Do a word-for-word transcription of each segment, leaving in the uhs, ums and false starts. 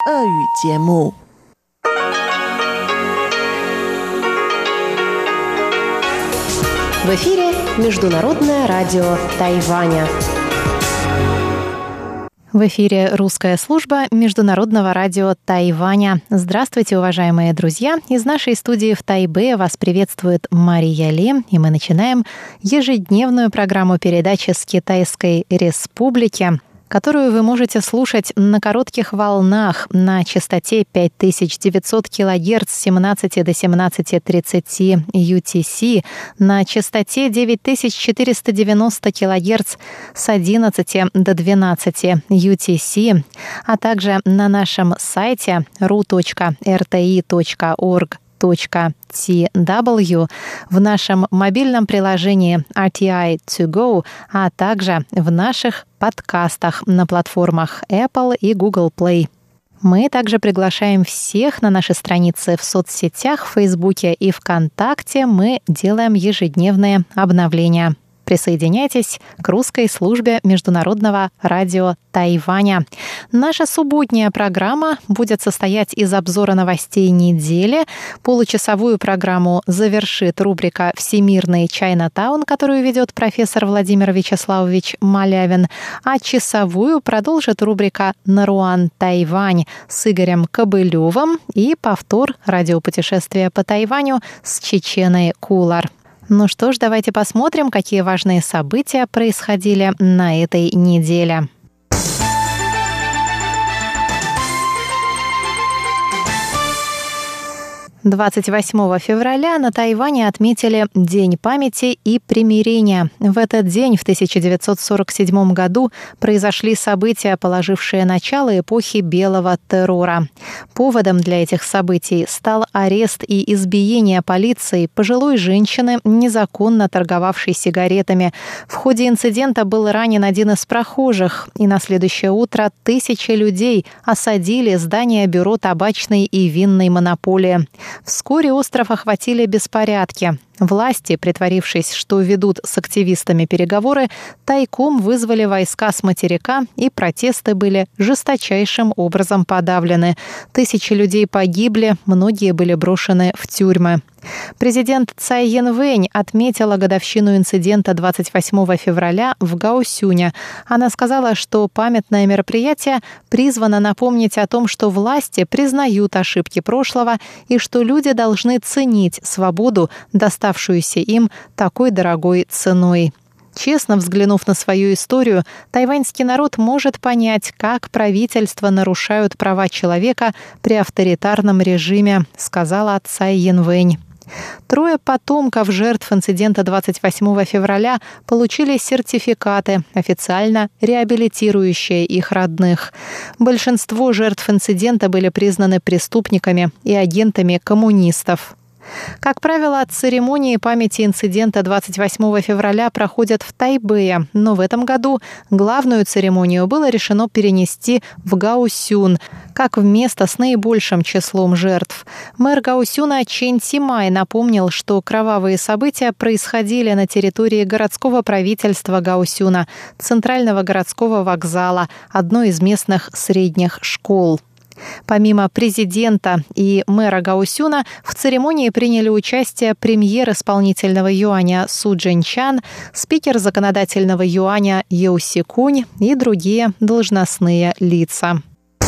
俄语节目。 В эфире Международное радио Тайваня. В эфире русская служба Международного радио Тайваня. Здравствуйте, уважаемые друзья! Из нашей студии в Тайбе вас приветствует Мария Ли, и мы начинаем ежедневную программу передачи с Китайской Республики, которую вы можете слушать на коротких волнах на частоте пять тысяч девятьсот килогерц с семнадцати до семнадцати тридцати ю ти си, на частоте девять тысяч четыреста девяносто килогерц с одиннадцати до двенадцати ю ти си, а также на нашем сайте ру точка эр тэ и точка орг точка ти дабл ю, в нашем мобильном приложении ар ти ай ту го, а также в наших подкастах на платформах Apple и Google Play. Мы также приглашаем всех на наши страницы в соцсетях, в Фейсбуке и ВКонтакте. Мы делаем ежедневные обновления. Присоединяйтесь к русской службе Международного радио Тайваня. Наша субботняя программа будет состоять из обзора новостей недели. Получасовую программу завершит рубрика «Всемирный Чайнатаун», которую ведет профессор Владимир Вячеславович Малявин, а часовую продолжит рубрика «Наруан Тайвань» с Игорем Кобылевым и повтор радиопутешествия по Тайваню с Чеченой Кулар. Ну что ж, давайте посмотрим, какие важные события происходили на этой неделе. двадцать восьмого февраля на Тайване отметили День памяти и примирения. В этот день, в тысяча девятьсот сорок седьмом году, произошли события, положившие начало эпохи белого террора. Поводом для этих событий стал арест и избиение полицией пожилой женщины, незаконно торговавшей сигаретами. В ходе инцидента был ранен один из прохожих, и на следующее утро тысячи людей осадили здание бюро табачной и винной монополии. Вскоре остров охватили беспорядки. Власти, притворившись, что ведут с активистами переговоры, тайком вызвали войска с материка, и протесты были жесточайшим образом подавлены. Тысячи людей погибли, многие были брошены в тюрьмы. Президент Цай Янвэнь отметила годовщину инцидента двадцать восьмого февраля в Гаосюне. Она сказала, что памятное мероприятие призвано напомнить о том, что власти признают ошибки прошлого и что люди должны ценить свободу, доставшуюся им такой дорогой ценой. Честно взглянув на свою историю, тайваньский народ может понять, как правительства нарушают права человека при авторитарном режиме, сказала Цай Янвэнь. Трое потомков жертв инцидента двадцать восьмого февраля получили сертификаты, официально реабилитирующие их родных. Большинство жертв инцидента были признаны преступниками и агентами коммунистов. Как правило, церемонии памяти инцидента двадцать восьмого февраля проходят в Тайбэе, но в этом году главную церемонию было решено перенести в Гаосюн, как в место с наибольшим числом жертв. Мэр Гаосюна Чен Симай напомнил, что кровавые события происходили на территории городского правительства Гаосюна, центрального городского вокзала, одной из местных средних школ. Помимо президента и мэра Гаосюна, в церемонии приняли участие премьер исполнительного юаня Су Чжэньчан, спикер законодательного юаня Йоу Си-кунь и другие должностные лица.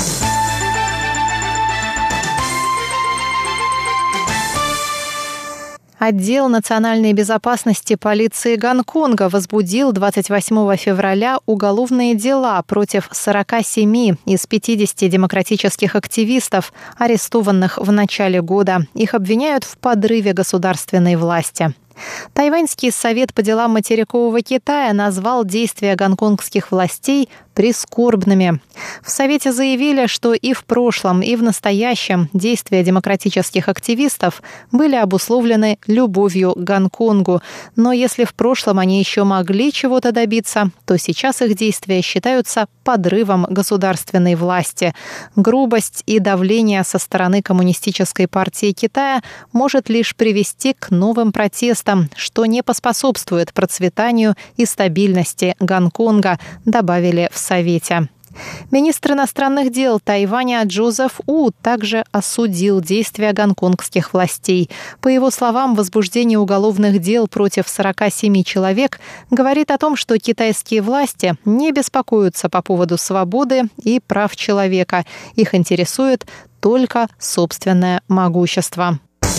Отдел национальной безопасности полиции Гонконга возбудил двадцать восьмого февраля уголовные дела против сорока семи из пятидесяти демократических активистов, арестованных в начале года. Их обвиняют в подрыве государственной власти. Тайваньский совет по делам материкового Китая назвал действия гонконгских властей прискорбными. В Совете заявили, что и в прошлом, и в настоящем действия демократических активистов были обусловлены любовью к Гонконгу. Но если в прошлом они еще могли чего-то добиться, то сейчас их действия считаются подрывом государственной власти. Грубость и давление со стороны Коммунистической партии Китая может лишь привести к новым протестам, что не поспособствует процветанию и стабильности Гонконга, добавили в Совете. Министр иностранных дел Тайваня Джозеф У также осудил действия гонконгских властей. По его словам, возбуждение уголовных дел против сорока семи человек говорит о том, что китайские власти не беспокоятся по поводу свободы и прав человека. Их интересует только собственное могущество.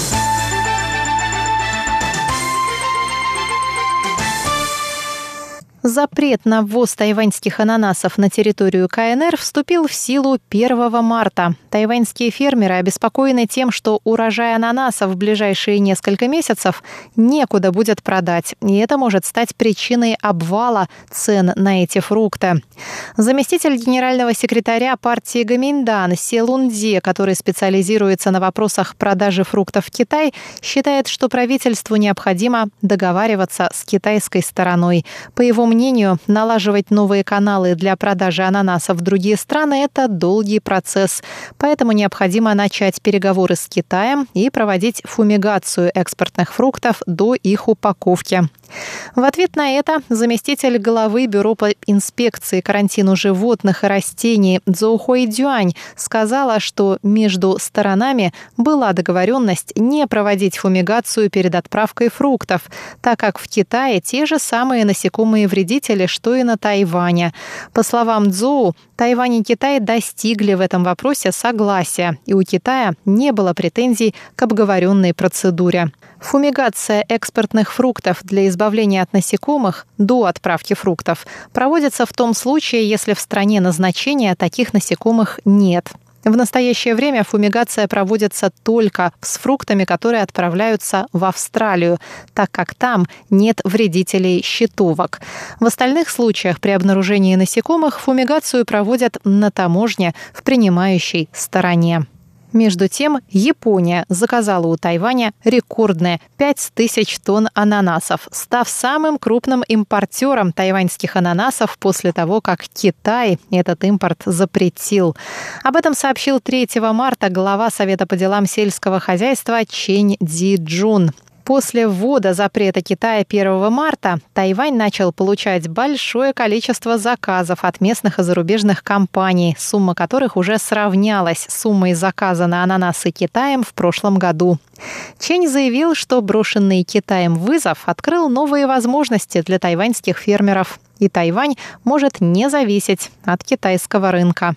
Запрет на ввоз тайваньских ананасов на территорию КНР вступил в силу первого марта. Тайваньские фермеры обеспокоены тем, что урожай ананасов в ближайшие несколько месяцев некуда будет продать, и это может стать причиной обвала цен на эти фрукты. Заместитель генерального секретаря партии Гоминьдан Се Лун-Дзе, который специализируется на вопросах продажи фруктов в Китай, считает, что правительству необходимо договариваться с китайской стороной. По его мнению, налаживать новые каналы для продажи ананасов в другие страны – это долгий процесс. Поэтому необходимо начать переговоры с Китаем и проводить фумигацию экспортных фруктов до их упаковки. В ответ на это заместитель главы Бюро по инспекции и карантину животных и растений Цзоу Хуэйдюань сказала, что между сторонами была договоренность не проводить фумигацию перед отправкой фруктов, так как в Китае те же самые насекомые вредители, что и на Тайване. По словам Цзоу, Тайвань и Китай достигли в этом вопросе согласия, и у Китая не было претензий к обговоренной процедуре. Фумигация экспортных фруктов для избавления от насекомых до отправки фруктов проводится в том случае, если в стране назначения таких насекомых нет. В настоящее время фумигация проводится только с фруктами, которые отправляются в Австралию, так как там нет вредителей щитовок. В остальных случаях при обнаружении насекомых фумигацию проводят на таможне в принимающей стороне. Между тем, Япония заказала у Тайваня рекордные пять тысяч тонн ананасов, став самым крупным импортером тайваньских ананасов после того, как Китай этот импорт запретил. Об этом сообщил третьего марта глава Совета по делам сельского хозяйства Чэнь Цзи-Джун. После ввода запрета Китая первого марта Тайвань начал получать большое количество заказов от местных и зарубежных компаний, сумма которых уже сравнялась с суммой заказа на ананасы Китаем в прошлом году. Чэнь заявил, что брошенный Китаем вызов открыл новые возможности для тайваньских фермеров, и Тайвань может не зависеть от китайского рынка.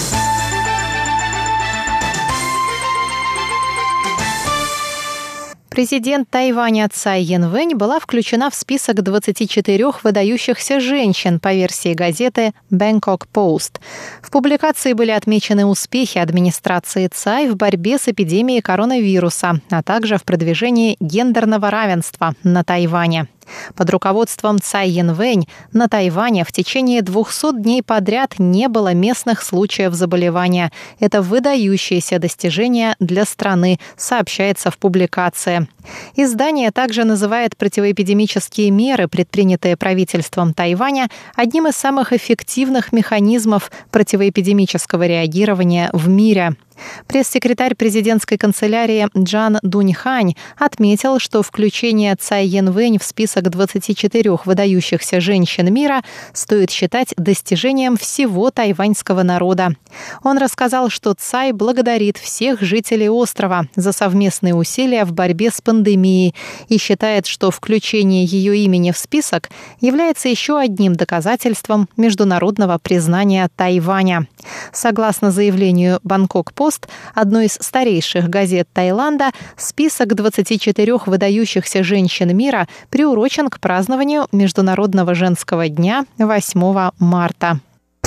Президент Тайваня Цай Янвэнь была включена в список двадцати четырёх выдающихся женщин по версии газеты Bangkok Post. В публикации были отмечены успехи администрации Цай в борьбе с эпидемией коронавируса, а также в продвижении гендерного равенства на Тайване. Под руководством Цай Янвэнь на Тайване в течение двухсот дней подряд не было местных случаев заболевания. Это выдающееся достижение для страны, сообщается в публикации. Издание также называет противоэпидемические меры, предпринятые правительством Тайваня, одним из самых эффективных механизмов противоэпидемического реагирования в мире. Пресс-секретарь президентской канцелярии Джан Дуньхань отметил, что включение Цай Янвэнь в список двадцати четырёх выдающихся женщин мира стоит считать достижением всего тайваньского народа. Он рассказал, что Цай благодарит всех жителей острова за совместные усилия в борьбе с пандемией и считает, что включение ее имени в список является еще одним доказательством международного признания Тайваня. Согласно заявлению Bangkok Post, одной из старейших газет Таиланда, список двадцати четырёх выдающихся женщин мира приурочен к празднованию Международного женского дня восьмого марта.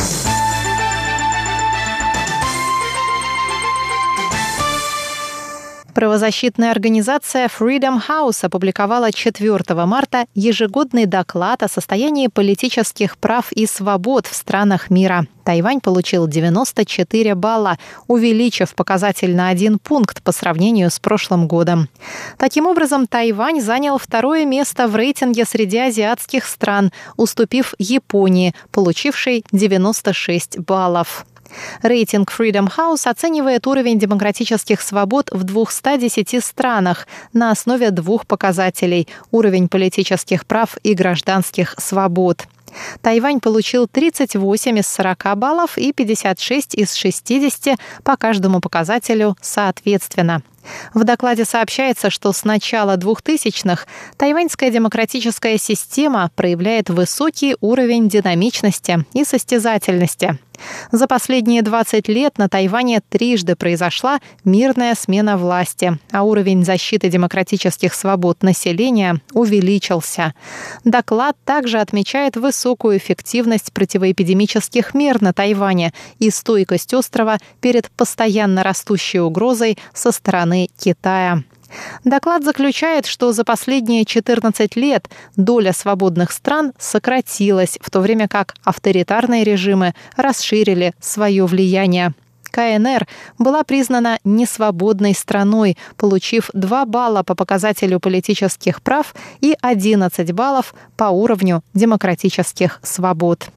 Правозащитная организация Freedom House опубликовала четвёртого марта ежегодный доклад о состоянии политических прав и свобод в странах мира. Тайвань получил девяносто четыре балла, увеличив показатель на один пункт по сравнению с прошлым годом. Таким образом, Тайвань занял второе место в рейтинге среди азиатских стран, уступив Японии, получившей девяносто шесть баллов. Рейтинг Freedom House оценивает уровень демократических свобод в двухстах десяти странах на основе двух показателей – уровень политических прав и гражданских свобод. Тайвань получил тридцать восемь из сорока баллов и пятьдесят шесть из шестидесяти по каждому показателю соответственно. В докладе сообщается, что с начала двухтысячных тайваньская демократическая система проявляет высокий уровень динамичности и состязательности. За последние двадцать лет на Тайване трижды произошла мирная смена власти, а уровень защиты демократических свобод населения увеличился. Доклад также отмечает высокую эффективность противоэпидемических мер на Тайване и стойкость острова перед постоянно растущей угрозой со стороны Китая. Доклад заключает, что за последние четырнадцать лет доля свободных стран сократилась, в то время как авторитарные режимы расширили свое влияние. КНР была признана несвободной страной, получив два балла по показателю политических прав и одиннадцать баллов по уровню демократических свобод.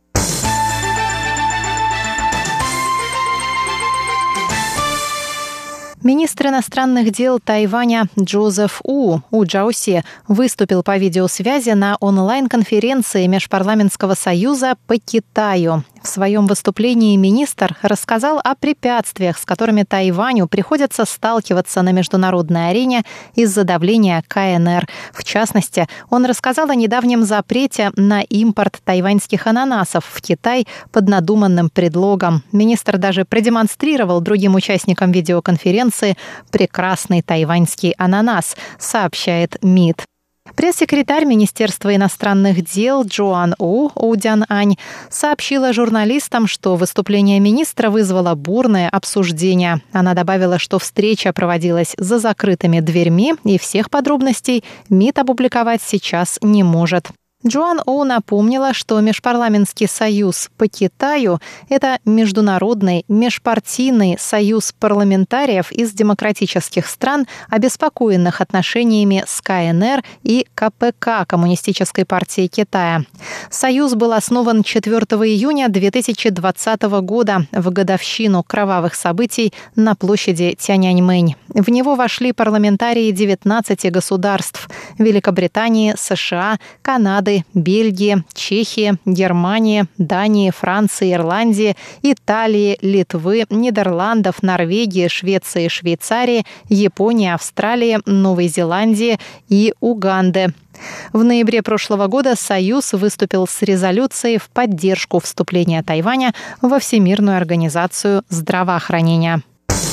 Министр иностранных дел Тайваня Джозеф У, У Джаоси, выступил по видеосвязи на онлайн-конференции Межпарламентского союза по Китаю. В своем выступлении министр рассказал о препятствиях, с которыми Тайваню приходится сталкиваться на международной арене из-за давления КНР. В частности, он рассказал о недавнем запрете на импорт тайваньских ананасов в Китай под надуманным предлогом. Министр даже продемонстрировал другим участникам видеоконференции прекрасный тайваньский ананас, сообщает МИД. Пресс-секретарь Министерства иностранных дел Джоан У, У Дян Ань, сообщила журналистам, что выступление министра вызвало бурное обсуждение. Она добавила, что встреча проводилась за закрытыми дверьми, и всех подробностей МИД опубликовать сейчас не может. Джоан У напомнила, что Межпарламентский союз по Китаю – это международный межпартийный союз парламентариев из демократических стран, обеспокоенных отношениями с КНР и КПК Коммунистической партии Китая. Союз был основан четвёртого июня две тысячи двадцатого года в годовщину кровавых событий на площади Тяньаньмэнь. В него вошли парламентарии девятнадцати государств – Великобритании, США, Канады, Бельгии, Чехии, Германии, Дании, Франции, Ирландии, Италии, Литвы, Нидерландов, Норвегии, Швеции, Швейцарии, Японии, Австралии, Новой Зеландии и Уганды. В ноябре прошлого года Союз выступил с резолюцией в поддержку вступления Тайваня во Всемирную организацию здравоохранения.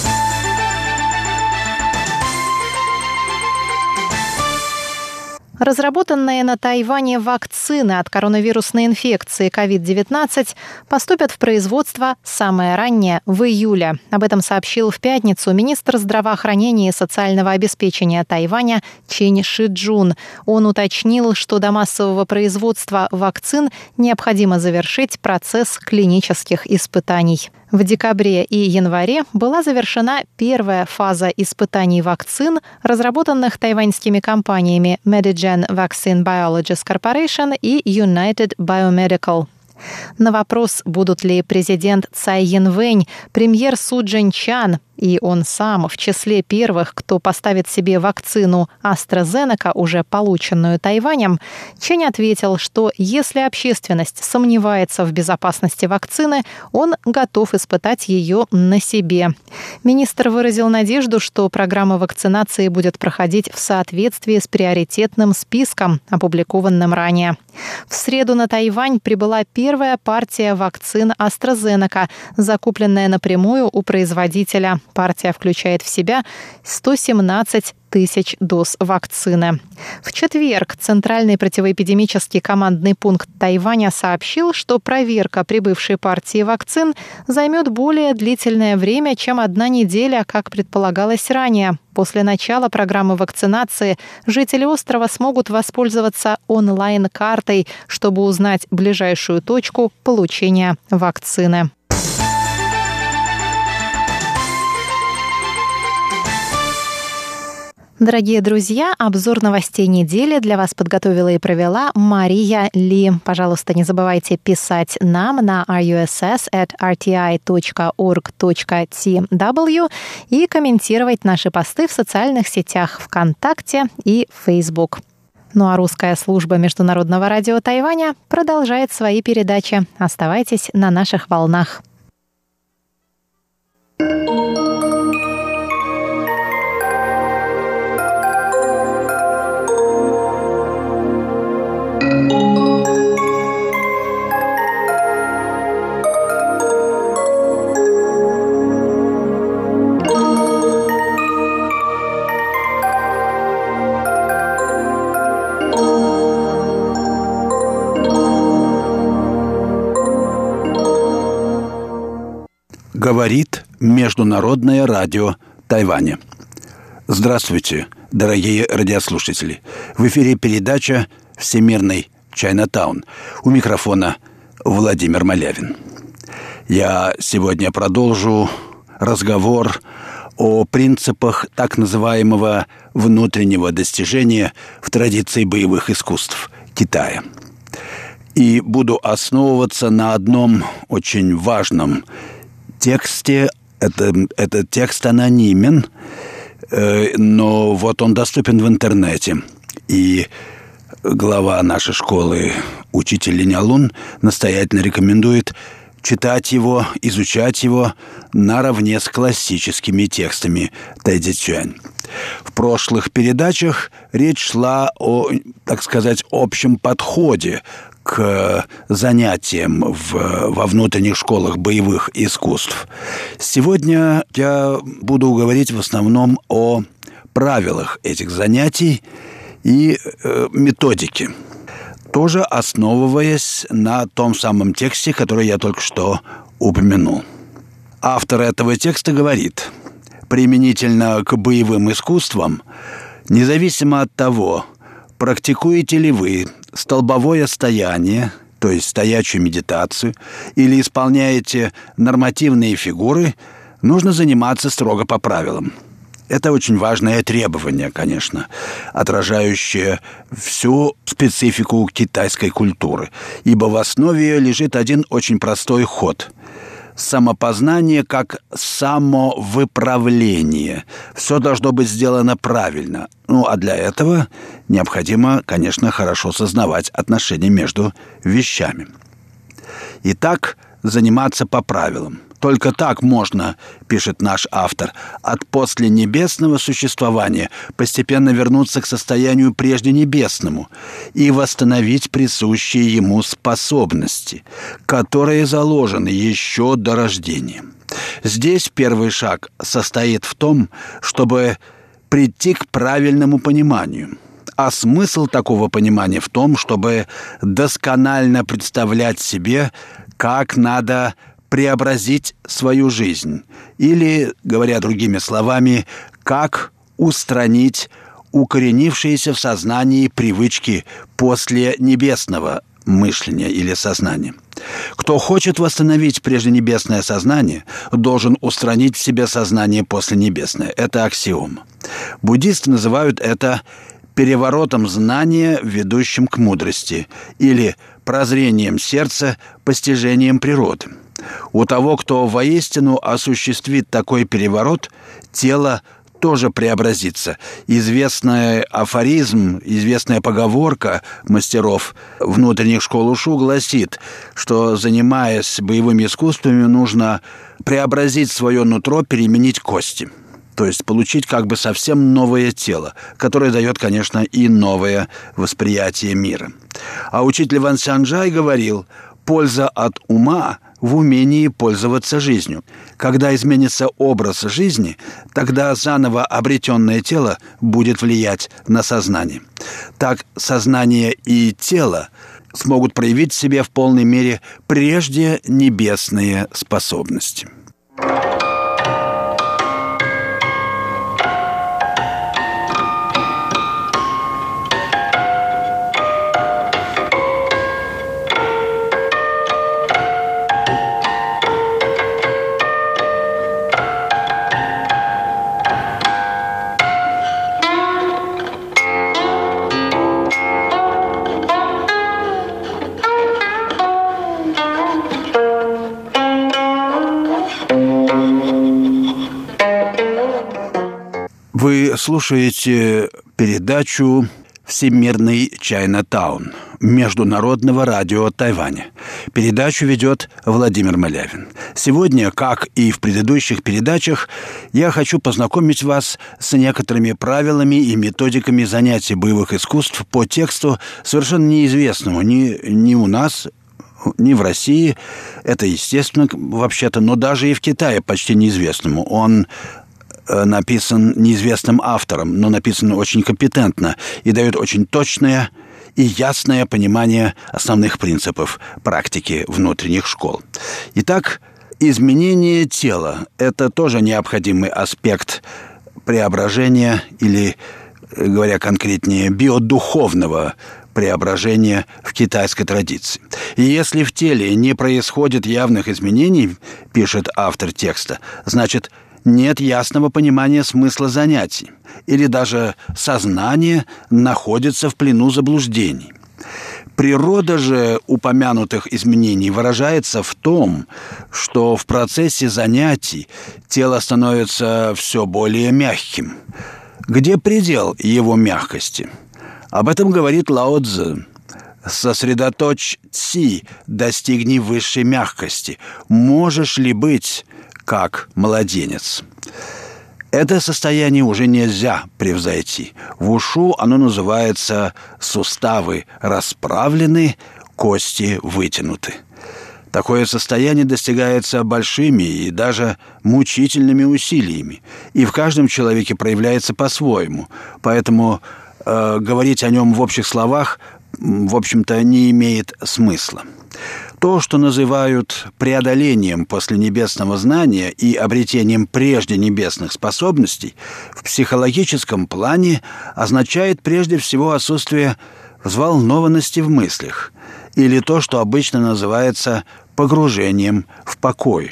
Разработанные на Тайване вакцины от коронавирусной инфекции ковид девятнадцать поступят в производство самое раннее в июле. Об этом сообщил в пятницу министр здравоохранения и социального обеспечения Тайваня Чен Шиджун. Он уточнил, что до массового производства вакцин необходимо завершить процесс клинических испытаний. В декабре и январе была завершена первая фаза испытаний вакцин, разработанных тайваньскими компаниями Medigen Vaccine Biologies Corporation и United Biomedical. На вопрос, будут ли президент Цай Янвэнь, премьер Су Чжэньчан и он сам в числе первых, кто поставит себе вакцину AstraZeneca, уже полученную Тайванем, Чен ответил, что если общественность сомневается в безопасности вакцины, он готов испытать ее на себе. Министр выразил надежду, что программа вакцинации будет проходить в соответствии с приоритетным списком, опубликованным ранее. В среду на Тайвань прибыла первая партия вакцин AstraZeneca, закупленная напрямую у производителя. Партия включает в себя сто семнадцать тысяч доз вакцины. В четверг Центральный противоэпидемический командный пункт Тайваня сообщил, что проверка прибывшей партии вакцин займет более длительное время, чем одна неделя, как предполагалось ранее. После начала программы вакцинации жители острова смогут воспользоваться онлайн-картой, чтобы узнать ближайшую точку получения вакцины. Дорогие друзья, обзор новостей недели для вас подготовила и провела Мария Ли. Пожалуйста, не забывайте писать нам на ар ю эс эс эт ар ти ай точка орг точка ти дабл ю и комментировать наши посты в социальных сетях ВКонтакте и Facebook. Ну а русская служба Международного радио Тайваня продолжает свои передачи. Оставайтесь на наших волнах. Говорит Международное радио Тайваня. Здравствуйте, дорогие радиослушатели. В эфире передача «Всемирный Чайнатаун». У микрофона Владимир Малявин. Я сегодня продолжу разговор о принципах так называемого внутреннего достижения в традиции боевых искусств Китая. И буду основываться на одном очень важном тексте. Это, этот текст анонимен, э, но вот он доступен в интернете. И глава нашей школы, учитель Линялун, настоятельно рекомендует читать его, изучать его наравне с классическими текстами Тайцзичуань. В прошлых передачах речь шла о, так сказать, общем подходе к занятиям в, во внутренних школах боевых искусств. Сегодня я буду говорить в основном о правилах этих занятий и э, методике, тоже основываясь на том самом тексте, который я только что упомянул. Автор этого текста говорит: применительно к боевым искусствам, независимо от того, практикуете ли вы столбовое стояние, то есть стоячую медитацию, или исполняете нормативные фигуры, нужно заниматься строго по правилам. Это очень важное требование, конечно, отражающее всю специфику китайской культуры, ибо в основе ее лежит один очень простой ход – самопознание как самовыправление. Все должно быть сделано правильно. Ну, а для этого необходимо, конечно, хорошо сознавать отношения между вещами. Итак, заниматься по правилам. Только так можно, пишет наш автор, от посленебесного существования постепенно вернуться к состоянию прежде небесному и восстановить присущие ему способности, которые заложены еще до рождения. Здесь первый шаг состоит в том, чтобы прийти к правильному пониманию. А смысл такого понимания в том, чтобы досконально представлять себе, как надо преобразить свою жизнь. Или, говоря другими словами, как устранить укоренившиеся в сознании привычки после небесного мышления или сознания. Кто хочет восстановить прежденебесное сознание, должен устранить в себе сознание посленебесное. Это аксиома. Буддисты называют это переворотом знания, ведущим к мудрости, или прозрением сердца, постижением природы. У того, кто воистину осуществит такой переворот, тело тоже преобразится. Известный афоризм, известная поговорка мастеров внутренних школ Ушу гласит, что, занимаясь боевыми искусствами, нужно преобразить свое нутро, переменить кости. То есть получить как бы совсем новое тело, которое дает, конечно, и новое восприятие мира. А учитель Ван Сянджай говорил: польза от ума в умении пользоваться жизнью. Когда изменится образ жизни, тогда заново обретенное тело будет влиять на сознание. Так сознание и тело смогут проявить в себе в полной мере прежде небесные способности. Вы слушаете передачу Всемирный Чайнатаун Международного радио Тайваня. Передачу ведет Владимир Малявин. Сегодня, как и в предыдущих передачах, я хочу познакомить вас с некоторыми правилами и методиками занятий боевых искусств по тексту, совершенно неизвестному ни, ни у нас, ни в России. Это естественно, вообще-то, но даже и в Китае почти неизвестному. Он написан неизвестным автором, но написан очень компетентно и дает очень точное и ясное понимание основных принципов практики внутренних школ. Итак, изменение тела – это тоже необходимый аспект преображения или, говоря конкретнее, биодуховного преображения в китайской традиции. И если в теле не происходит явных изменений, пишет автор текста, значит, нет ясного понимания смысла занятий, или даже сознание находится в плену заблуждений. Природа же упомянутых изменений выражается в том, что в процессе занятий тело становится все более мягким. Где предел его мягкости? Об этом говорит Лао Цзы. «Сосредоточь ци, достигни высшей мягкости. Можешь ли быть как младенец?» Это состояние уже нельзя превзойти. В ушу оно называется «суставы расправлены, кости вытянуты». Такое состояние достигается большими и даже мучительными усилиями, и в каждом человеке проявляется по-своему, поэтому э, говорить о нем в общих словах, в общем-то, не имеет смысла. То, что называют преодолением после небесного знания и обретением прежде небесных способностей, в психологическом плане означает прежде всего отсутствие взволнованности в мыслях, или то, что обычно называется погружением в покой.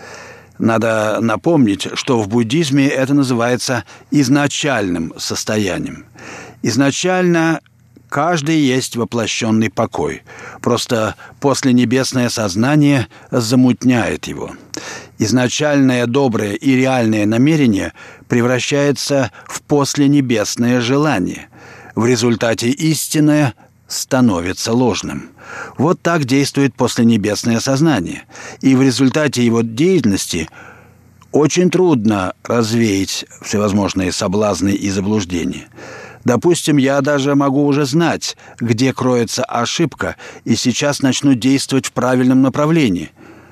Надо напомнить, что в буддизме это называется изначальным состоянием. Изначально каждый есть воплощенный покой. Просто посленебесное сознание замутняет его. Изначальное доброе и реальное намерение превращается в посленебесное желание. В результате истинное становится ложным. Вот так действует посленебесное сознание. И в результате его деятельности очень трудно развеять всевозможные соблазны и заблуждения. Допустим, я даже могу уже знать, где кроется ошибка, и сейчас начну действовать в правильном направлении.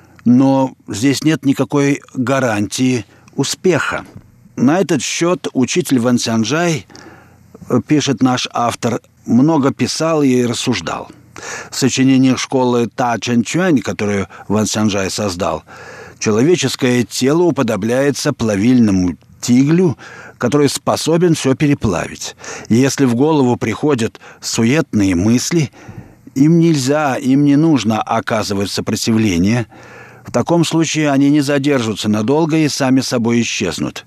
Но здесь нет никакой гарантии успеха. На этот счет учитель Вэн Цзянжай, пишет наш автор, много писал и рассуждал. В сочинениях школы Та Чэн Чуань, которую Вэн Цзянжай создал, человеческое тело уподобляется плавильному тиглю, который способен все переплавить. И если в голову приходят суетные мысли, им нельзя, им не нужно оказывать сопротивление. В таком случае они не задержатся надолго и сами собой исчезнут.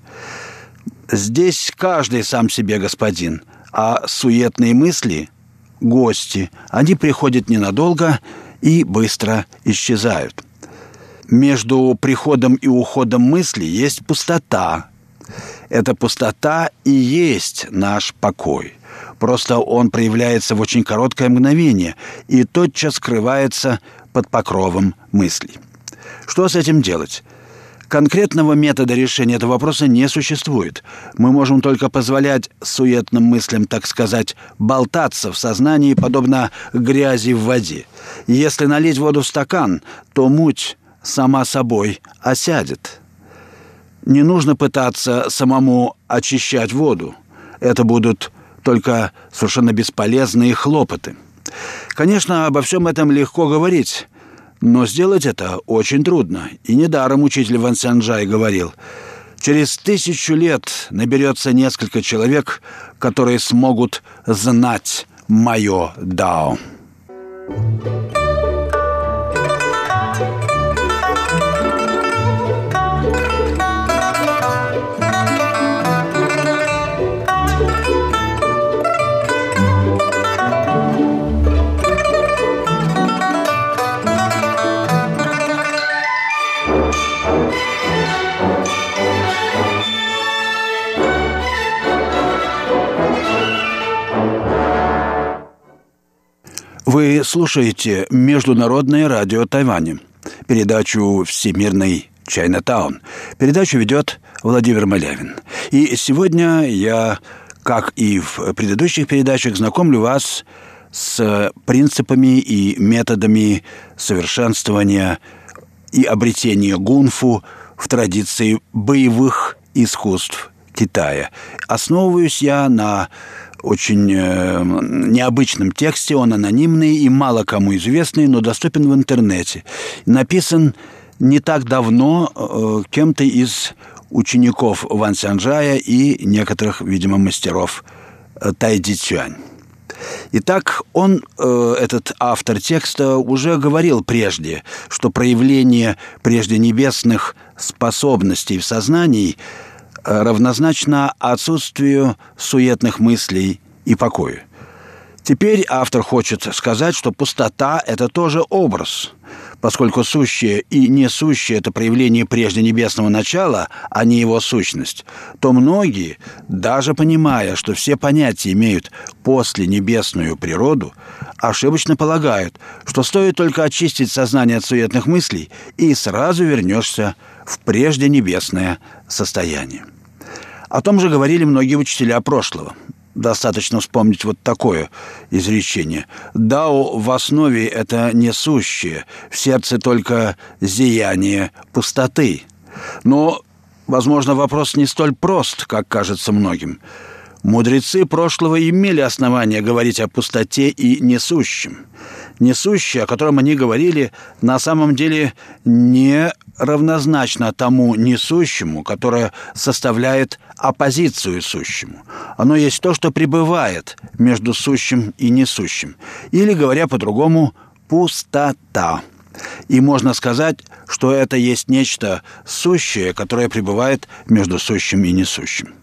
Здесь каждый сам себе господин, а суетные мысли — гости. Они приходят ненадолго и быстро исчезают. Между приходом и уходом мысли есть пустота. Эта пустота и есть наш покой. Просто он проявляется в очень короткое мгновение и тотчас скрывается под покровом мыслей. Что с этим делать? Конкретного метода решения этого вопроса не существует. Мы можем только позволять суетным мыслям, так сказать, болтаться в сознании, подобно грязи в воде. Если налить воду в стакан, то муть сама собой осядет. Не нужно пытаться самому очищать воду. Это будут только совершенно бесполезные хлопоты. Конечно, обо всем этом легко говорить, но сделать это очень трудно. И недаром учитель Вэн Цзянжай говорил: через тысячу лет наберется несколько человек, которые смогут знать мое дао. Вы слушаете Международное радио Тайваня, передачу «Всемирный Чайнатаун». Передачу ведет Владимир Малявин. И сегодня я, как и в предыдущих передачах, знакомлю вас с принципами и методами совершенствования и обретения гунфу в традиции боевых искусств Китая. Основываюсь я на очень э, необычном тексте, он анонимный и мало кому известный, но доступен в интернете. Написан не так давно э, кем-то из учеников Ван Сяньжая и некоторых, видимо, мастеров э, Тайди Цюань. Итак, он, э, этот автор текста, уже говорил прежде, что проявление прежде небесных способностей в сознании равнозначно отсутствию суетных мыслей и покоя. Теперь автор хочет сказать, что пустота – это тоже образ, поскольку сущее и несущее – это проявление прежде небесного начала, а не его сущность, то многие, даже понимая, что все понятия имеют посленебесную природу, ошибочно полагают, что стоит только очистить сознание от суетных мыслей, и сразу вернешься в прежде небесное состояние. О том же говорили многие учителя прошлого. Достаточно вспомнить вот такое изречение. «Дао в основе – это несущее, в сердце только зияние пустоты». Но, возможно, вопрос не столь прост, как кажется многим. Мудрецы прошлого имели основания говорить о пустоте и несущем. Несущее, о котором они говорили, на самом деле не равнозначно тому несущему, которое составляет оппозицию сущему. Оно есть то, что пребывает между сущим и несущим. Или, говоря по-другому, пустота. И можно сказать, что это есть нечто сущее, которое пребывает между сущим и несущим.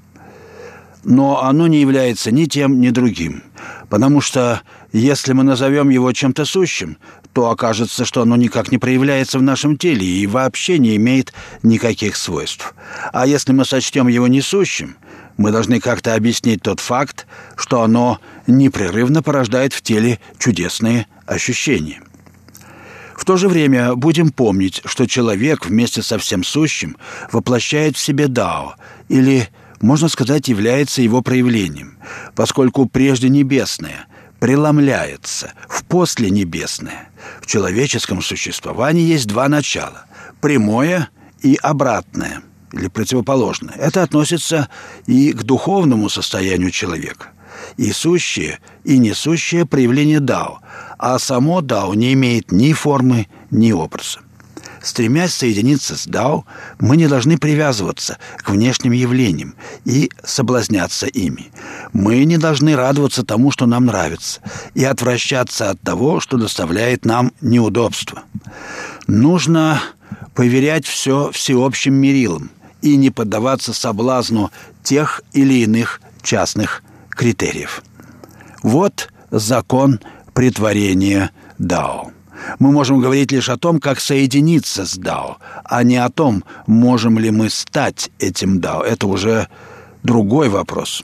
Но оно не является ни тем, ни другим. Потому что если мы назовем его чем-то сущим, то окажется, что оно никак не проявляется в нашем теле и вообще не имеет никаких свойств. А если мы сочтем его несущим, мы должны как-то объяснить тот факт, что оно непрерывно порождает в теле чудесные ощущения. В то же время будем помнить, что человек вместе со всем сущим воплощает в себе дао, или, можно сказать, является его проявлением, поскольку прежде небесное преломляется в посленебесное. В человеческом существовании есть два начала – прямое и обратное, или противоположное. Это относится и к духовному состоянию человека. И сущее, и несущее проявление дао, а само дао не имеет ни формы, ни образа. Стремясь соединиться с дао, мы не должны привязываться к внешним явлениям и соблазняться ими. Мы не должны радоваться тому, что нам нравится, и отвращаться от того, что доставляет нам неудобства. Нужно поверять все всеобщим мерилам и не поддаваться соблазну тех или иных частных критериев. Вот закон претворения дао. Мы можем говорить лишь о том, как соединиться с дао, а не о том, можем ли мы стать этим дао. Это уже другой вопрос.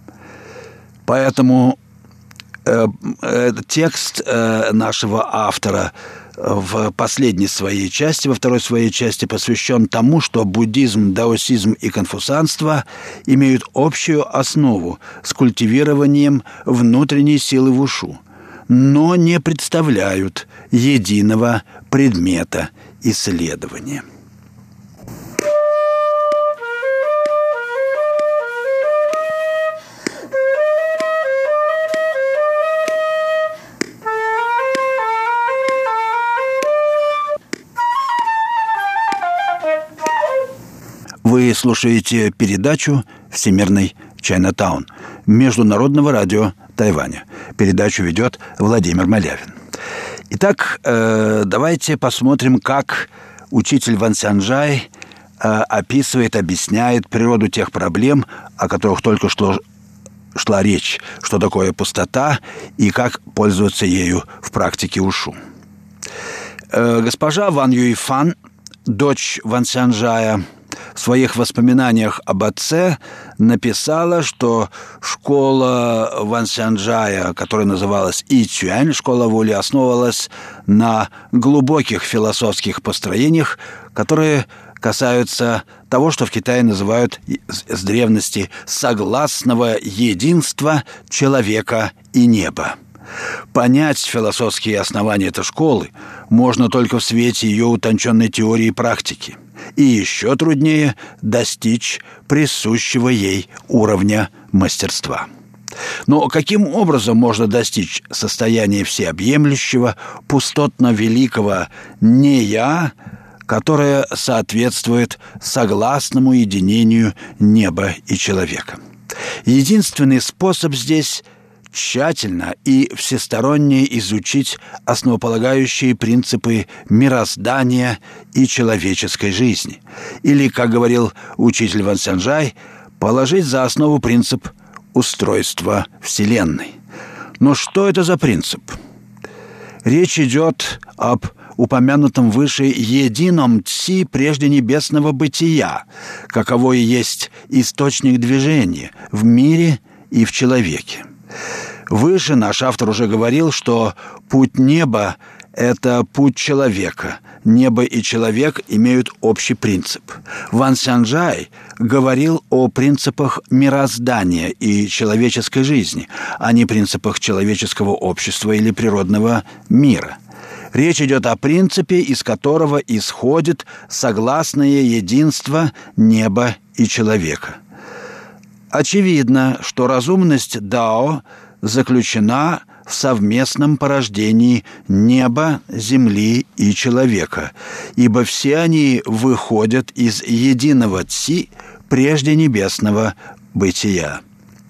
Поэтому э, э, текст э, нашего автора в последней своей части, во второй своей части посвящен тому, что буддизм, даосизм и конфуцианство имеют общую основу с культивированием внутренней силы вушу, но не представляют единого предмета исследования. Вы слушаете передачу «Всемирный Чайнатаун» Международного радио Тайваня. Передачу ведет Владимир Малявин. Итак, э, давайте посмотрим, как учитель Ван Сяньжай э, описывает, объясняет природу тех проблем, о которых только что шла речь, что такое пустота и как пользоваться ею в практике ушу. Э, госпожа Ван Юйфан, дочь Ван Сяньжая, в своих воспоминаниях об отце написала, что школа Вансянджая, которая называлась Ицюань, школа воли, основывалась на глубоких философских построениях, которые касаются того, что в Китае называют с древности согласного единства человека и неба. Понять философские основания этой школы можно только в свете ее утонченной теории и практики. И еще труднее достичь присущего ей уровня мастерства. Но каким образом можно достичь состояния всеобъемлющего, пустотно-великого «не-я», которое соответствует согласному единению неба и человека? Единственный способ здесь – тщательно и всесторонне изучить основополагающие принципы мироздания и человеческой жизни. Или, как говорил учитель Вансянджай, положить за основу принцип устройства Вселенной. Но что это за принцип? Речь идет об упомянутом выше едином Ци прежде небесного бытия, каково и есть источник движения в мире и в человеке. Выше наш автор уже говорил, что путь неба – это путь человека. Небо и человек имеют общий принцип. Вансянджай говорил о принципах мироздания и человеческой жизни, а не принципах человеческого общества или природного мира. Речь идет о принципе, из которого исходит согласное единство неба и человека. Очевидно, что разумность Дао заключена в совместном порождении неба, земли и человека, ибо все они выходят из единого Ци прежде небесного бытия.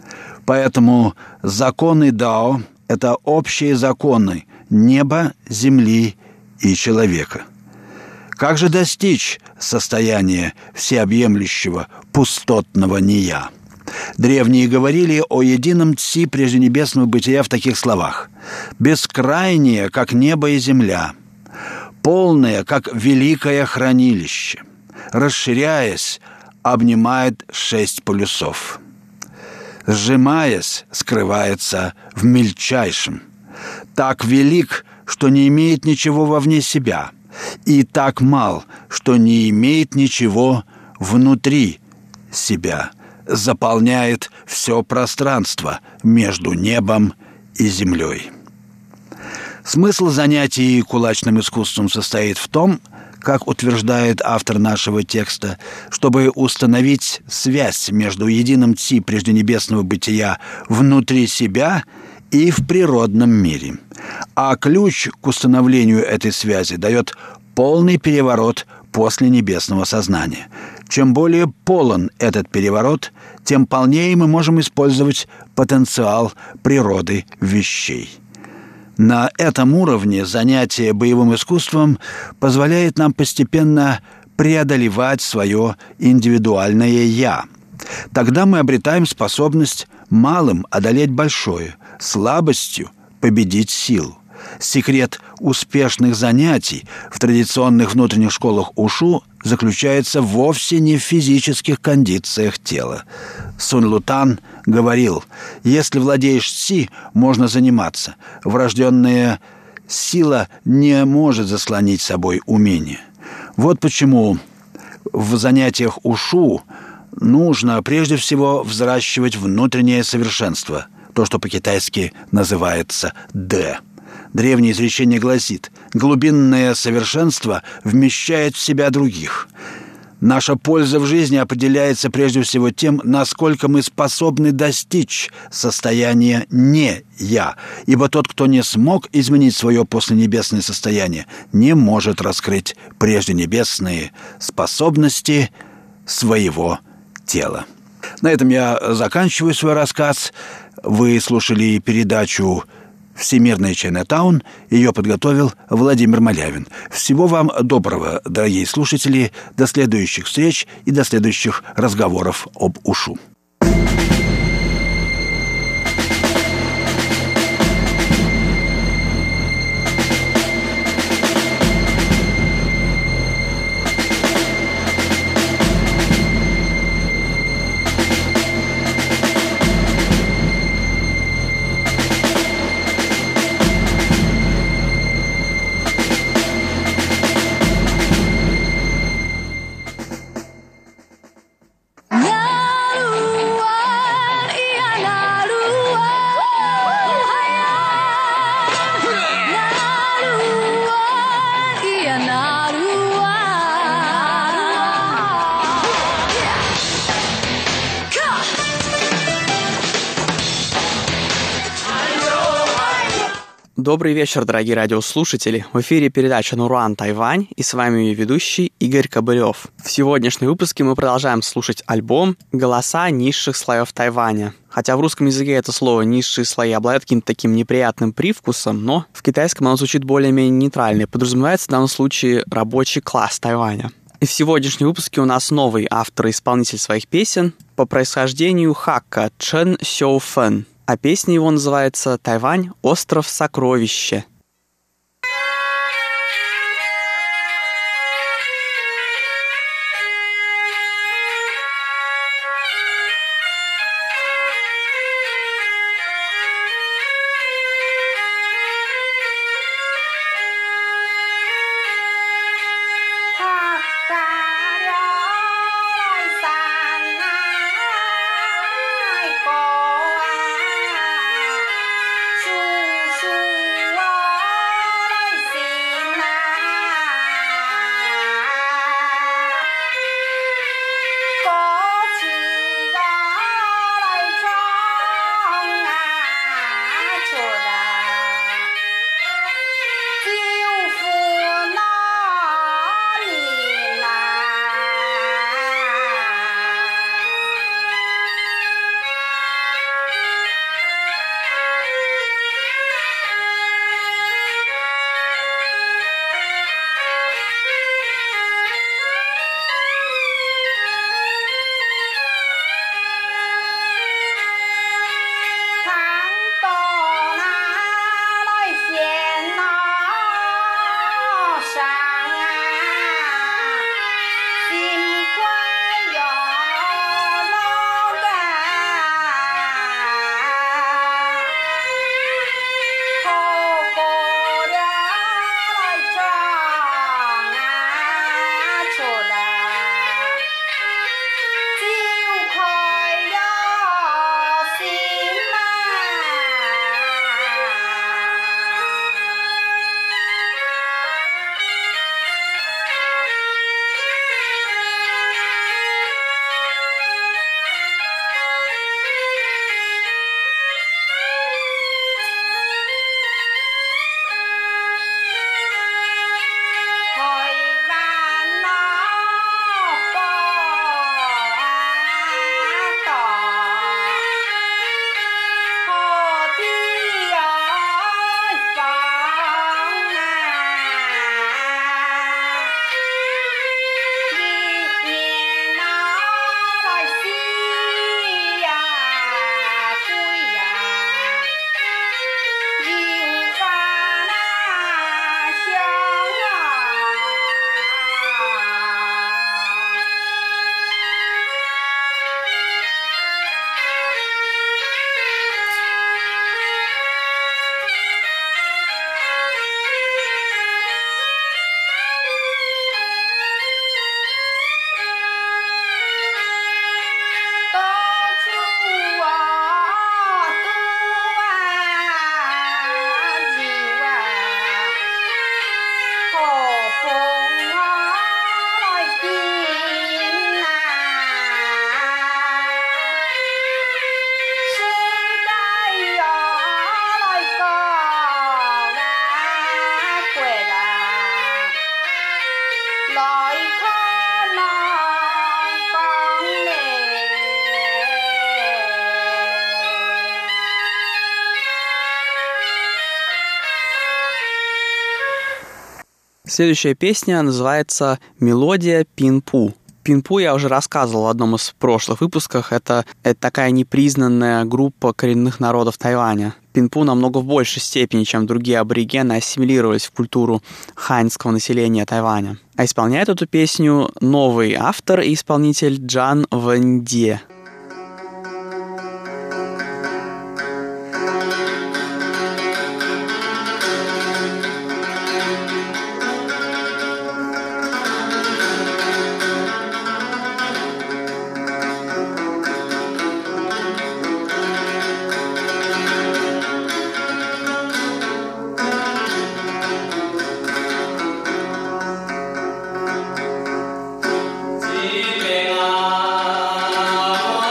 Поэтому законы Дао – это общие законы неба, земли и человека. Как же достичь состояния всеобъемлющего пустотного нея? Древние говорили о едином Ци прежденебесного бытия в таких словах: «Бескрайнее, как небо и земля, полное, как великое хранилище, расширяясь, обнимает шесть полюсов, сжимаясь, скрывается в мельчайшем, так велик, что не имеет ничего вовне себя, и так мал, что не имеет ничего внутри себя, заполняет все пространство между небом и землей». Смысл занятий кулачным искусством состоит в том, как утверждает автор нашего текста, чтобы установить связь между единым Ци прежденебесного бытия внутри себя и в природном мире. А ключ к установлению этой связи дает полный переворот после небесного сознания. Чем более полон этот переворот, тем полнее мы можем использовать потенциал природы вещей. На этом уровне занятие боевым искусством позволяет нам постепенно преодолевать свое индивидуальное «я». Тогда мы обретаем способность малым одолеть большое, слабостью победить силу. Секрет успешных занятий в традиционных внутренних школах ушу заключается вовсе не в физических кондициях тела. Сунь Лутан говорил: если владеешь Ци, можно заниматься. Врожденная сила не может заслонить собой умение. Вот почему в занятиях ушу нужно прежде всего взращивать внутреннее совершенство, то, что по-китайски называется «дэ». Древнее изречение гласит: «Глубинное совершенство вмещает в себя других». Наша польза в жизни определяется прежде всего тем, насколько мы способны достичь состояния «не я», ибо тот, кто не смог изменить свое посленебесное состояние, не может раскрыть прежденебесные способности своего тела. На этом я заканчиваю свой рассказ. Вы слушали передачу «Всемирный Чайнатаун». Ее подготовил Владимир Малявин. Всего вам доброго, дорогие слушатели. До следующих встреч и до следующих разговоров об ушу. Добрый вечер, дорогие радиослушатели. В эфире передача «Нуран Тайвань» и с вами ее ведущий Игорь Кобылев. В сегодняшнем выпуске мы продолжаем слушать альбом «Голоса низших слоев Тайваня». Хотя в русском языке это слово «низшие слои» обладает каким-то таким неприятным привкусом, но в китайском оно звучит более-менее нейтрально. Подразумевается в данном случае рабочий класс Тайваня. И в сегодняшнем выпуске у нас новый автор и исполнитель своих песен по происхождению Хакка Чен Сяо Фэн. А песня его называется «Тайвань. Остров сокровища». Следующая песня называется «Мелодия Пинпу». Пинпу я уже рассказывал в одном из прошлых выпусков. Это, это такая непризнанная группа коренных народов Тайваня. Пинпу намного в большей степени, чем другие аборигены, ассимилировались в культуру ханьского населения Тайваня. А исполняет эту песню новый автор и исполнитель Джан Вэньде. Amen.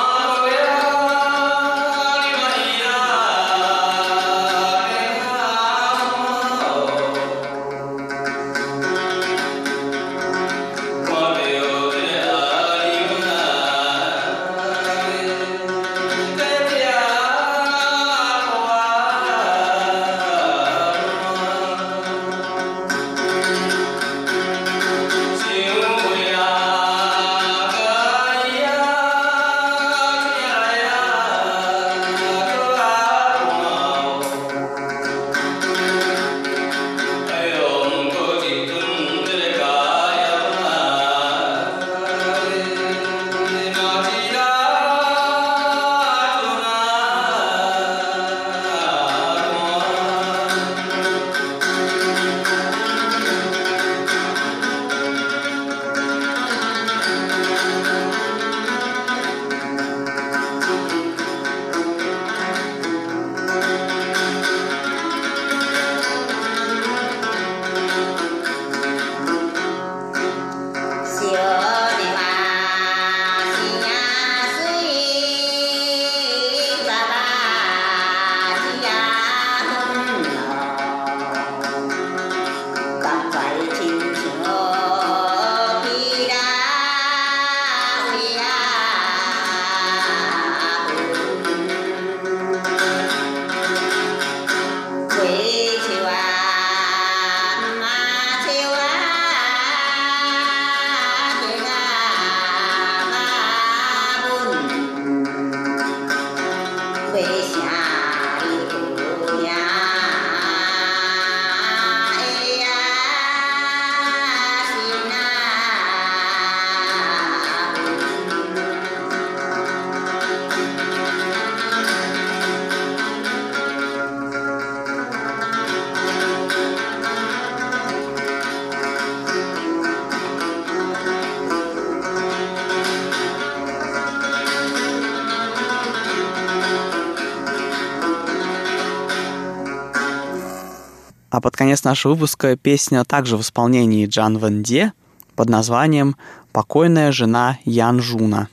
А под конец нашего выпуска песня также в исполнении Джан Вен Де под названием «Покойная жена Ян Жуна».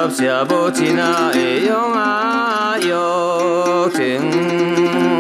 sia bo chi na e yong a yo ting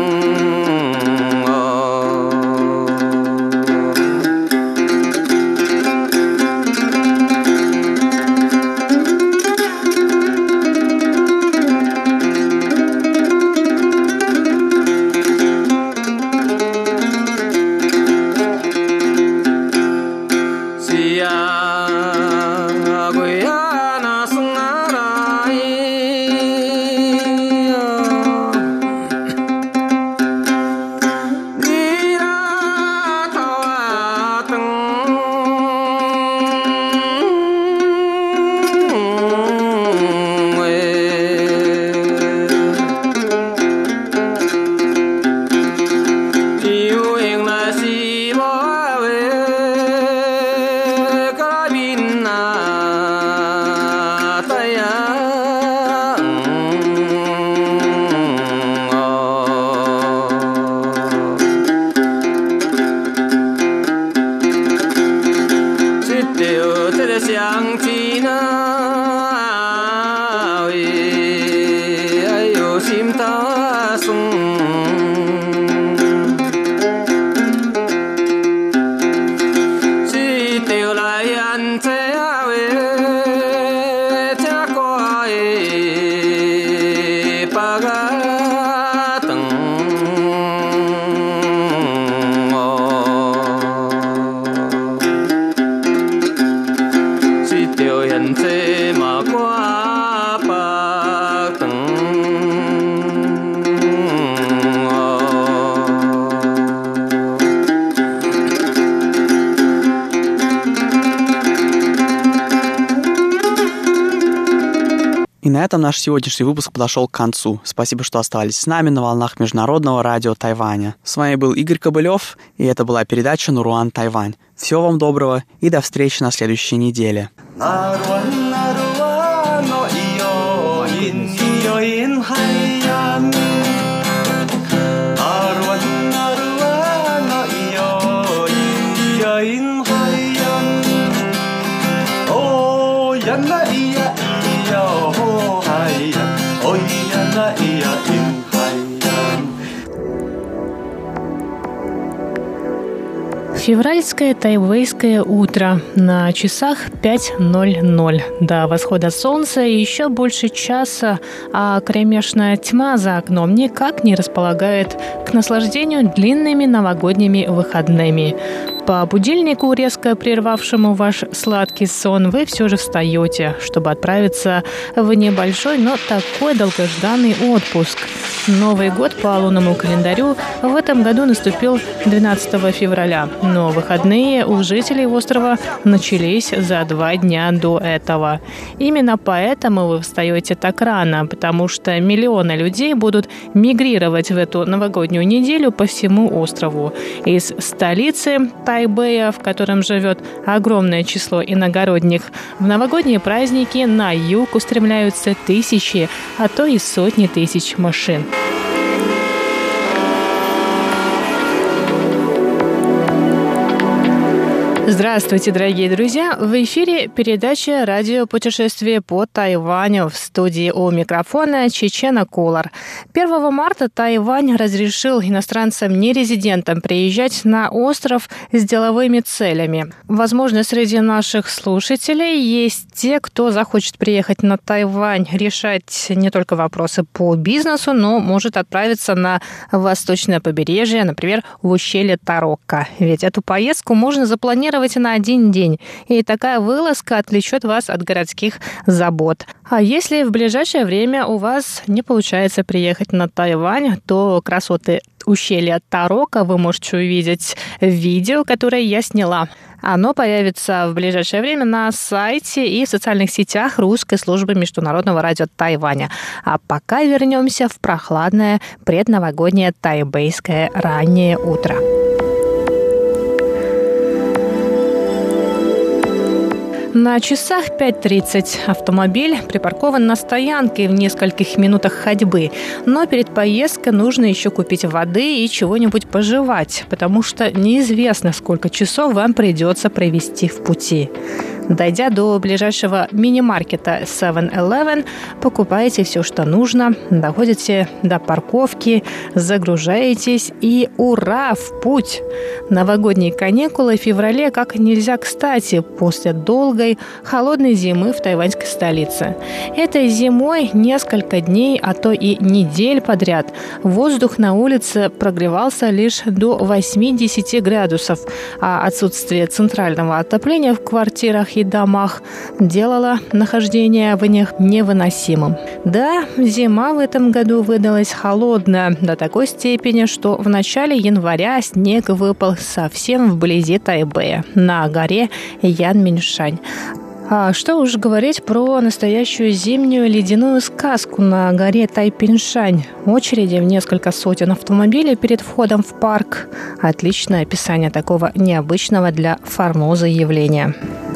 И на этом наш сегодняшний выпуск подошел к концу. Спасибо, что остались с нами на волнах Международного радио Тайваня. С вами был Игорь Кобылев, и это была передача «Наруан Тайвань». Всего вам доброго и до встречи на следующей неделе. Февральское тайвейское утро. На часах пять ноль ноль. До восхода солнца еще больше часа, а кромешная тьма за окном никак не располагает к наслаждению длинными новогодними выходными. По будильнику, резко прервавшему ваш сладкий сон, вы все же встаете, чтобы отправиться в небольшой, но такой долгожданный отпуск. Новый год по лунному календарю в этом году наступил двенадцатого февраля, но выходные у жителей острова начались за два дня до этого. Именно поэтому вы встаете так рано, потому что миллионы людей будут мигрировать в эту новогоднюю неделю по всему острову. Из столицы Тайбэя, в котором живет огромное число иногородних, в новогодние праздники на юг устремляются тысячи, а то и сотни тысяч машин. Здравствуйте, дорогие друзья! В эфире передача «Радио путешествие по Тайваню». В студии у микрофона Чечена Кулар. первого марта Тайвань разрешил иностранцам-нерезидентам приезжать на остров с деловыми целями. Возможно, среди наших слушателей есть те, кто захочет приехать на Тайвань, решать не только вопросы по бизнесу, но может отправиться на восточное побережье, например, в ущелье Тарокко. Ведь эту поездку можно запланировать на один день, и такая вылазка отвлечет вас от городских забот. А если в ближайшее время у вас не получается приехать на Тайвань, то красоты ущелья Тарокко вы можете увидеть в видео, которое я сняла. Оно появится в ближайшее время на сайте и в социальных сетях русской службы Международного радио Тайваня. А пока вернемся в прохладное предновогоднее тайбэйское раннее утро. На часах пять тридцать. Автомобиль припаркован на стоянке в нескольких минутах ходьбы. Но перед поездкой нужно еще купить воды и чего-нибудь пожевать, потому что неизвестно, сколько часов вам придется провести в пути. Дойдя до ближайшего мини-маркета севен элевен, покупаете все, что нужно, доходите до парковки, загружаетесь и ура, в путь! Новогодние каникулы в феврале как нельзя кстати после долгой холодной зимы в тайваньской столице. Этой зимой несколько дней, а то и недель подряд воздух на улице прогревался лишь до восемьдесят градусов, а отсутствие центрального отопления в квартирах и домах делало нахождение в них невыносимым. Да, зима в этом году выдалась холодная до такой степени, что в начале января снег выпал совсем вблизи Тайбэя, на горе Янминшань. А что уж говорить про настоящую зимнюю ледяную сказку на горе Тайпиншань. Очереди в несколько сотен автомобилей перед входом в парк. Отличное описание такого необычного для Формозы явления.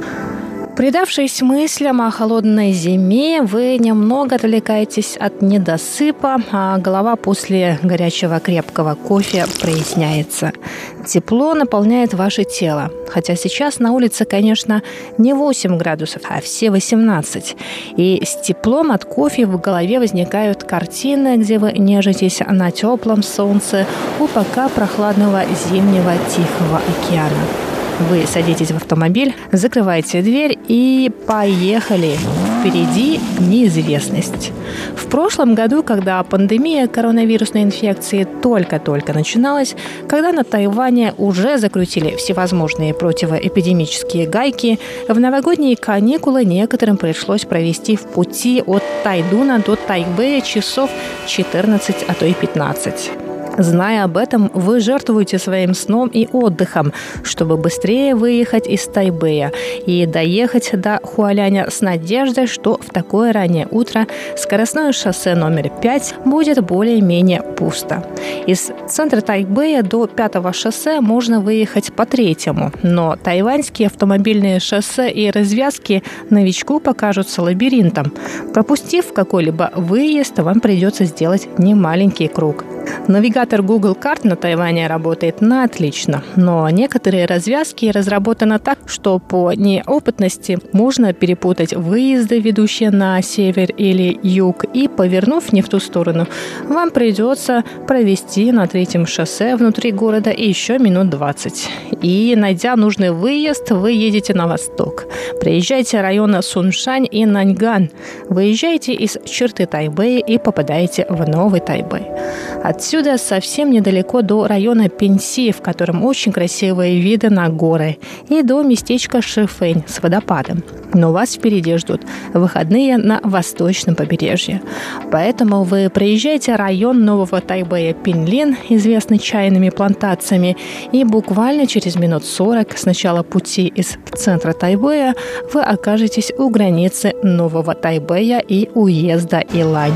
Предавшись мыслям о холодной зиме, вы немного отвлекаетесь от недосыпа, а голова после горячего крепкого кофе проясняется. Тепло наполняет ваше тело. Хотя сейчас на улице, конечно, не восемь градусов, а все восемнадцать. И с теплом от кофе в голове возникают картины, где вы нежитесь на теплом солнце у пока прохладного зимнего Тихого океана. Вы садитесь в автомобиль, закрываете дверь и поехали. Впереди неизвестность. В прошлом году, когда пандемия коронавирусной инфекции только-только начиналась, когда на Тайване уже закрутили всевозможные противоэпидемические гайки, в новогодние каникулы некоторым пришлось провести в пути от Тайдуна до Тайбэя часов четырнадцать, а то и пятнадцать. Зная об этом, вы жертвуете своим сном и отдыхом, чтобы быстрее выехать из Тайбэя и доехать до Хуаляня с надеждой, что в такое раннее утро скоростное шоссе номер пять будет более-менее пусто. Из центра Тайбэя до пятого шоссе можно выехать по третьему, но тайваньские автомобильные шоссе и развязки новичку покажутся лабиринтом. Пропустив какой-либо выезд, вам придется сделать немаленький круг. Навигатор Google карт на Тайване работает на отлично, но некоторые развязки разработаны так, что по неопытности можно перепутать выезды, ведущие на север или юг, и, повернув не в ту сторону, вам придется провести на третьем шоссе внутри города еще минут двадцать. И, найдя нужный выезд, вы едете на восток. Проезжайте районы Суншань и Наньган. Выезжаете из черты Тайбэя и попадаете в Новый Тайбэй. Отсюда совсем недалеко до района Пенси, в котором очень красивые виды на горы, и до местечка Шифэнь с водопадом. Но вас впереди ждут выходные на восточном побережье. Поэтому вы проезжаете район Нового Тайбэя Пинлин, известный чайными плантациями, и буквально через минут сорок с начала пути из центра Тайбэя вы окажетесь у границы Нового Тайбэя и уезда Илань.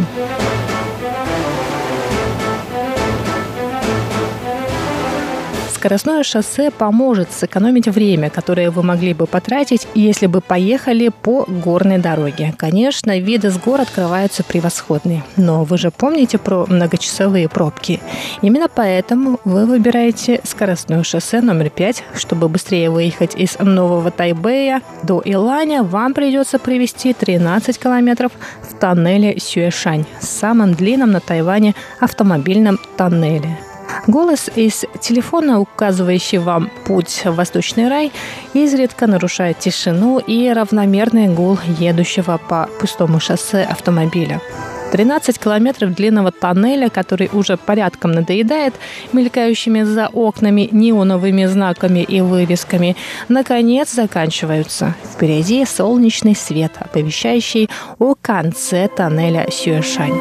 Скоростное шоссе поможет сэкономить время, которое вы могли бы потратить, если бы поехали по горной дороге. Конечно, виды с гор открываются превосходные, но вы же помните про многочасовые пробки. Именно поэтому вы выбираете скоростное шоссе номер пять. Чтобы быстрее выехать из Нового Тайбэя до Иланя, вам придется провести тринадцать километров в тоннеле Сюэшань, самом длинном на Тайване автомобильном тоннеле. Голос из телефона, указывающий вам путь в Восточный рай, изредка нарушает тишину и равномерный гул едущего по пустому шоссе автомобиля. тринадцать километров длинного тоннеля, который уже порядком надоедает мелькающими за окнами неоновыми знаками и вывесками, наконец заканчиваются. Впереди солнечный свет, оповещающий о конце тоннеля Сюэшань.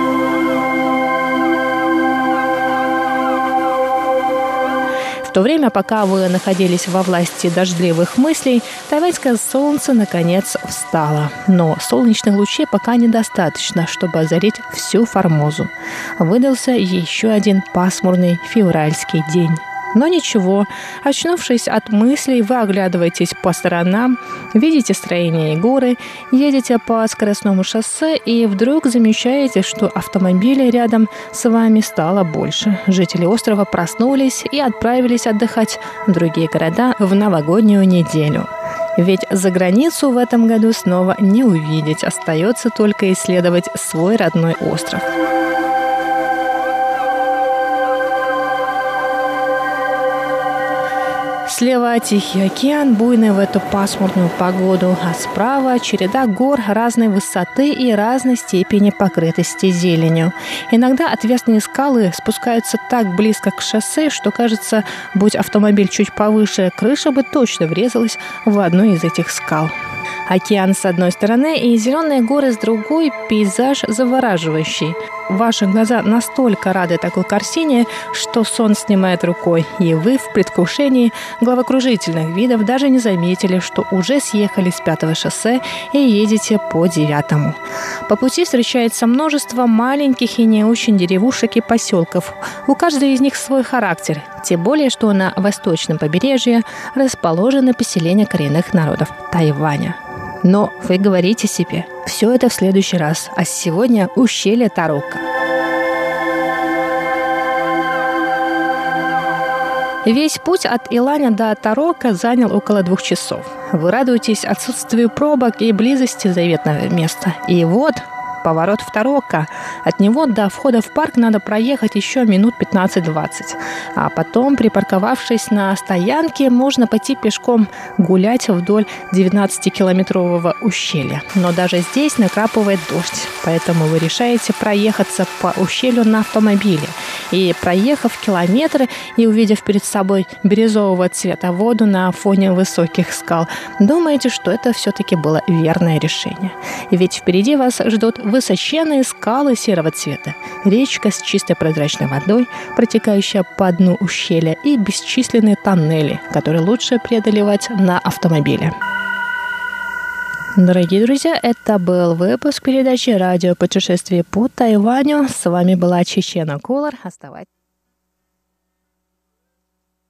В то время, пока вы находились во власти дождливых мыслей, тайваньское солнце наконец встало. Но солнечных лучей пока недостаточно, чтобы озарить всю Формозу. Выдался еще один пасмурный февральский день. Но ничего, очнувшись от мыслей, вы оглядываетесь по сторонам, видите строение и горы, едете по скоростному шоссе и вдруг замечаете, что автомобилей рядом с вами стало больше. Жители острова проснулись и отправились отдыхать в другие города в новогоднюю неделю. Ведь за границу в этом году снова не увидеть, остается только исследовать свой родной остров. Слева Тихий океан, буйный в эту пасмурную погоду, а справа череда гор разной высоты и разной степени покрытости зеленью. Иногда отвесные скалы спускаются так близко к шоссе, что кажется, будь автомобиль чуть повыше, крыша бы точно врезалась в одну из этих скал. Океан с одной стороны и зеленые горы с другой, пейзаж завораживающий. Ваши глаза настолько рады такой картине, что сон снимает рукой, и вы в предвкушении головокружительных видов даже не заметили, что уже съехали с пятого шоссе и едете по девятому. По пути встречается множество маленьких и не очень деревушек и поселков. У каждой из них свой характер, тем более, что на восточном побережье расположены поселения коренных народов Тайваня. Но вы говорите себе, все это в следующий раз, а сегодня ущелье Тарока. Весь путь от Иланя до Тарока занял около двух часов. Вы радуетесь отсутствию пробок и близости заветного места. И вот поворот в Тарока. От него до входа в парк надо проехать еще минут пятнадцать-двадцать. А потом, припарковавшись на стоянке, можно пойти пешком гулять вдоль девятнадцатикилометрового ущелья. Но даже здесь накрапывает дождь, поэтому вы решаете проехаться по ущелью на автомобиле. И проехав километры и увидев перед собой бирюзового цвета воду на фоне высоких скал, думаете, что это все-таки было верное решение. Ведь впереди вас ждут высоченные скалы серого цвета, речка с чистой прозрачной водой, протекающая по дну ущелья, и бесчисленные тоннели, которые лучше преодолевать на автомобиле. Дорогие друзья, это был выпуск передачи «Радио путешествие по Тайваню». С вами была Чечена Колор. Оставайтесь.